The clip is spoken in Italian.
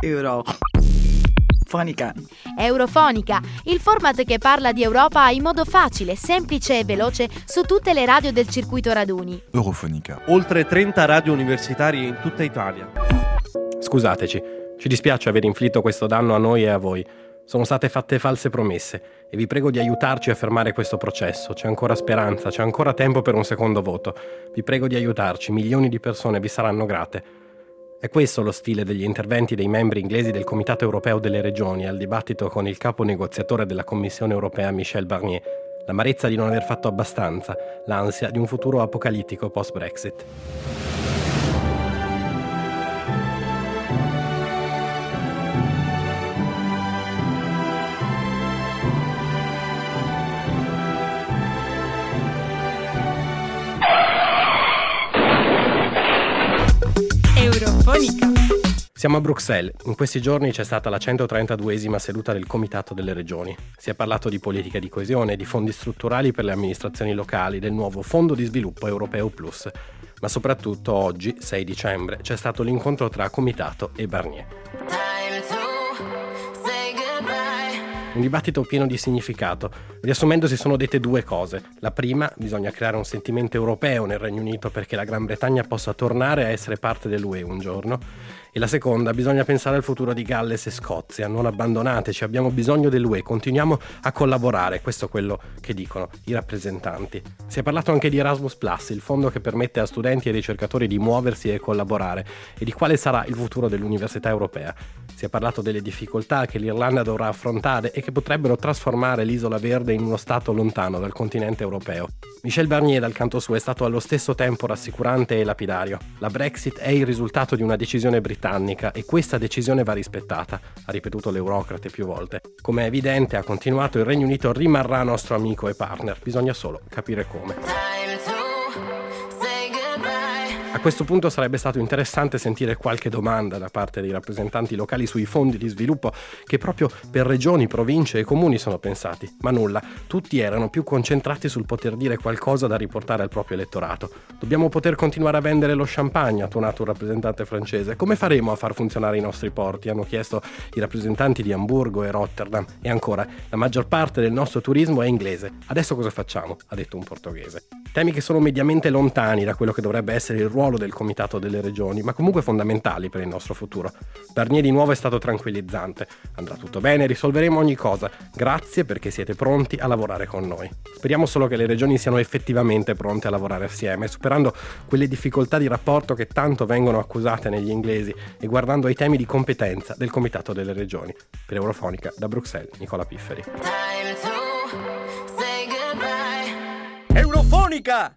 Eurofonica. Eurofonica, il format che parla di Europa in modo facile, semplice e veloce su tutte le radio del circuito raduni. Eurofonica. Oltre 30 radio universitarie in tutta Italia. Scusateci, ci dispiace aver inflitto questo danno a noi e a voi. Sono state fatte false promesse e vi prego di aiutarci a fermare questo processo. C'è ancora speranza, c'è ancora tempo per un secondo voto. Vi prego di aiutarci, milioni di persone vi saranno grate. È questo lo stile degli interventi dei membri inglesi del Comitato Europeo delle Regioni al dibattito con il capo negoziatore della Commissione Europea Michel Barnier. L'amarezza di non aver fatto abbastanza, l'ansia di un futuro apocalittico post-Brexit. Eurofonica. Siamo a Bruxelles. In questi giorni c'è stata la 132esima seduta del Comitato delle Regioni. Si è parlato di politica di coesione, di fondi strutturali per le amministrazioni locali, del nuovo Fondo di Sviluppo Europeo Plus. Ma soprattutto oggi, 6 dicembre, c'è stato l'incontro tra Comitato e Barnier. Un dibattito pieno di significato. Riassumendo, si sono dette due cose. La prima, bisogna creare un sentimento europeo nel Regno Unito perché la Gran Bretagna possa tornare a essere parte dell'UE un giorno. E la seconda, bisogna pensare al futuro di Galles e Scozia. Non abbandonateci, abbiamo bisogno dell'UE, continuiamo a collaborare. Questo è quello che dicono i rappresentanti. Si è parlato anche di Erasmus+, il fondo che permette a studenti e ricercatori di muoversi e collaborare, e di quale sarà il futuro dell'università europea. Si è parlato delle difficoltà che l'Irlanda dovrà affrontare e che potrebbero trasformare l'isola verde in uno stato lontano dal continente europeo. Michel Barnier, dal canto suo, è stato allo stesso tempo rassicurante e lapidario. La Brexit è il risultato di una decisione britannica e questa decisione va rispettata, ha ripetuto l'eurocrate più volte. Come è evidente, ha continuato, il Regno Unito rimarrà nostro amico e partner, bisogna solo capire come. A questo punto sarebbe stato interessante sentire qualche domanda da parte dei rappresentanti locali sui fondi di sviluppo che proprio per regioni, province e comuni sono pensati, ma nulla, tutti erano più concentrati sul poter dire qualcosa da riportare al proprio elettorato. Dobbiamo poter continuare a vendere lo champagne, ha tuonato un rappresentante francese. Come faremo a far funzionare i nostri porti? Hanno chiesto i rappresentanti di Amburgo e Rotterdam. E ancora, la maggior parte del nostro turismo è inglese. Adesso cosa facciamo? Ha detto un portoghese. Temi che sono mediamente lontani da quello che dovrebbe essere il ruolo del Comitato delle Regioni, ma comunque fondamentali per il nostro futuro. Barnier di nuovo è stato tranquillizzante. Andrà tutto bene, risolveremo ogni cosa. Grazie perché siete pronti a lavorare con noi. Speriamo solo che le regioni siano effettivamente pronte a lavorare assieme, superando quelle difficoltà di rapporto che tanto vengono accusate negli inglesi e guardando ai temi di competenza del Comitato delle Regioni. Per Eurofonica, da Bruxelles, Nicola Pifferi. Eurofonica!